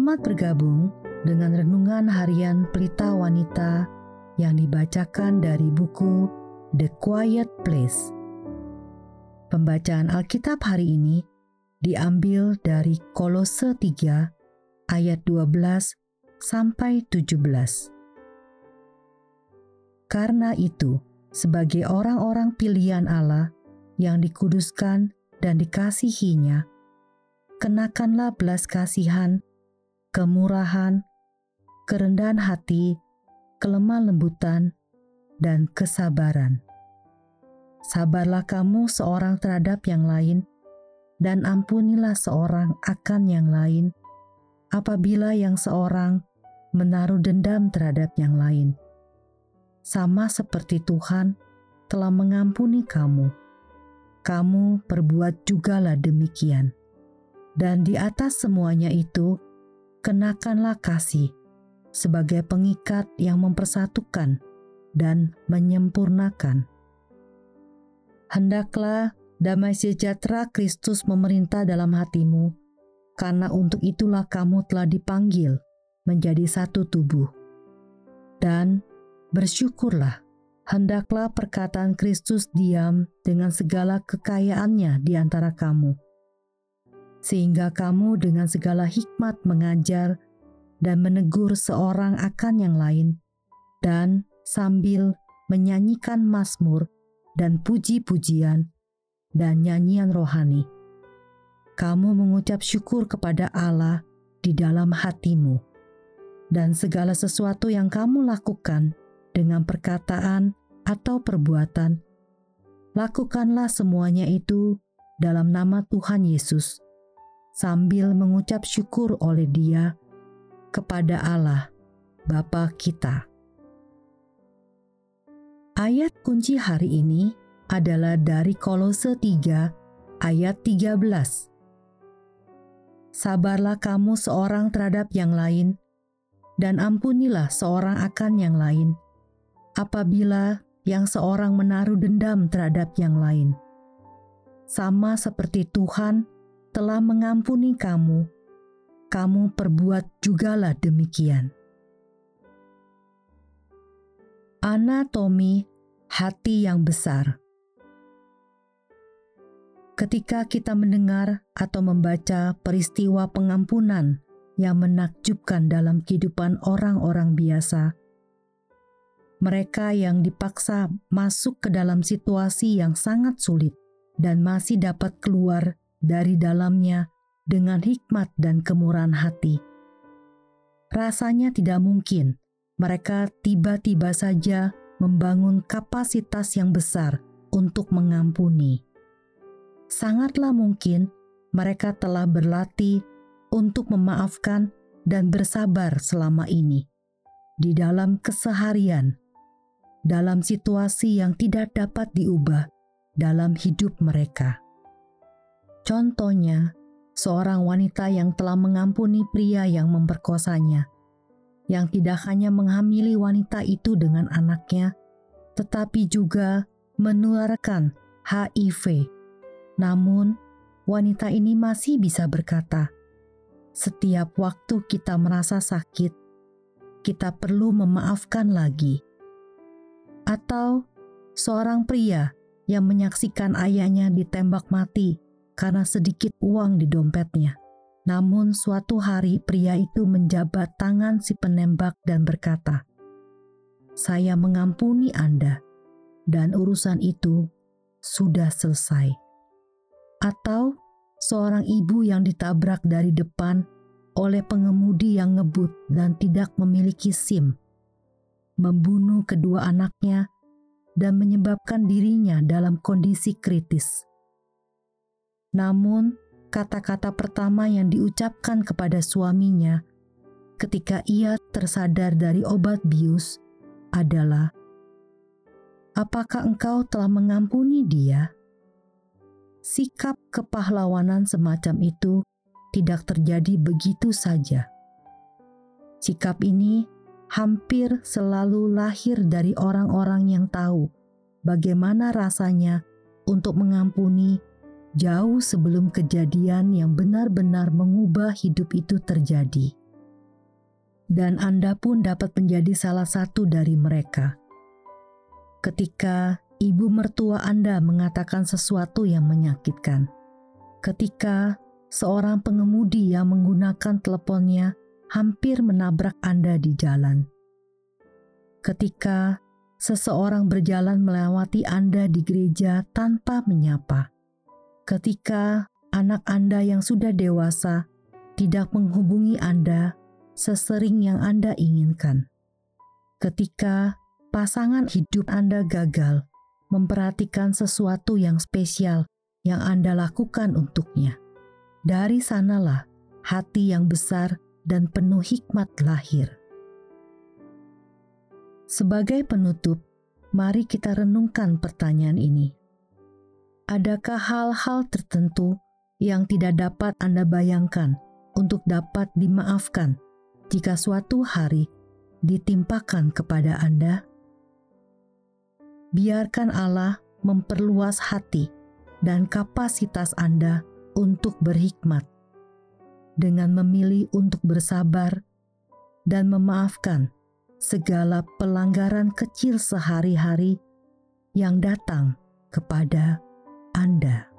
Selamat bergabung dengan Renungan Harian Pelita Wanita yang dibacakan dari buku The Quiet Place. Pembacaan Alkitab hari ini diambil dari Kolose 3 ayat 12 sampai 17. Karena itu, sebagai orang-orang pilihan Allah yang dikuduskan dan dikasihinya, kenakanlah belas kasihan, kemurahan, kerendahan hati, kelemah lembutan, dan kesabaran. Sabarlah kamu seorang terhadap yang lain, dan ampunilah seorang akan yang lain, apabila yang seorang menaruh dendam terhadap yang lain. Sama seperti Tuhan telah mengampuni kamu, kamu perbuat jugalah demikian. Dan di atas semuanya itu, kenakanlah kasih sebagai pengikat yang mempersatukan dan menyempurnakan. Hendaklah damai sejahtera Kristus memerintah dalam hatimu, karena untuk itulah kamu telah dipanggil menjadi satu tubuh. Dan bersyukurlah, hendaklah perkataan Kristus diam dengan segala kekayaannya di antara kamu, sehingga kamu dengan segala hikmat mengajar dan menegur seorang akan yang lain, dan sambil menyanyikan mazmur dan puji-pujian dan nyanyian rohani, kamu mengucap syukur kepada Allah di dalam hatimu. Dan segala sesuatu yang kamu lakukan dengan perkataan atau perbuatan, lakukanlah semuanya itu dalam nama Tuhan Yesus, sambil mengucap syukur oleh Dia kepada Allah Bapa kita. Ayat kunci hari ini adalah dari Kolose 3 ayat 13. Sabarlah kamu seorang terhadap yang lain, dan ampunilah seorang akan yang lain, apabila yang seorang menaruh dendam terhadap yang lain. Sama seperti Tuhan telah mengampuni kamu, kamu perbuat jugalah demikian. Anatomi hati yang besar. Ketika kita mendengar atau membaca peristiwa pengampunan yang menakjubkan dalam kehidupan orang-orang biasa, mereka yang dipaksa masuk ke dalam situasi yang sangat sulit dan masih dapat keluar dari dalamnya dengan hikmat dan kemurahan hati. Rasanya tidak mungkin mereka tiba-tiba saja membangun kapasitas yang besar untuk mengampuni. Sangatlah mungkin mereka telah berlatih untuk memaafkan dan bersabar selama ini di dalam keseharian, dalam situasi yang tidak dapat diubah dalam hidup mereka. Contohnya, seorang wanita yang telah mengampuni pria yang memperkosanya, yang tidak hanya menghamili wanita itu dengan anaknya, tetapi juga menularkan HIV. Namun, wanita ini masih bisa berkata, setiap waktu kita merasa sakit, kita perlu memaafkan lagi. Atau seorang pria yang menyaksikan ayahnya ditembak mati karena sedikit uang di dompetnya. Namun suatu hari pria itu menjabat tangan si penembak dan berkata, "Saya mengampuni Anda, dan urusan itu sudah selesai." Atau seorang ibu yang ditabrak dari depan oleh pengemudi yang ngebut dan tidak memiliki SIM, membunuh kedua anaknya dan menyebabkan dirinya dalam kondisi kritis. Namun, kata-kata pertama yang diucapkan kepada suaminya ketika ia tersadar dari obat bius adalah, "Apakah engkau telah mengampuni dia?" Sikap kepahlawanan semacam itu tidak terjadi begitu saja. Sikap ini hampir selalu lahir dari orang-orang yang tahu bagaimana rasanya untuk mengampuni jauh sebelum kejadian yang benar-benar mengubah hidup itu terjadi. dan Anda pun dapat menjadi salah satu dari mereka. Ketika ibu mertua Anda mengatakan sesuatu yang menyakitkan, ketika seorang pengemudi yang menggunakan teleponnya hampir menabrak Anda di jalan, ketika seseorang berjalan melewati Anda di gereja tanpa menyapa, ketika anak Anda yang sudah dewasa tidak menghubungi Anda sesering yang Anda inginkan, ketika pasangan hidup Anda gagal memperhatikan sesuatu yang spesial yang Anda lakukan untuknya. Dari sanalah hati yang besar dan penuh hikmat lahir. Sebagai penutup, mari kita renungkan pertanyaan ini. Adakah hal-hal tertentu yang tidak dapat Anda bayangkan untuk dapat dimaafkan jika suatu hari ditimpakan kepada Anda? Biarkan Allah memperluas hati dan kapasitas Anda untuk berhikmat, dengan memilih untuk bersabar dan memaafkan segala pelanggaran kecil sehari-hari yang datang kepada Anda.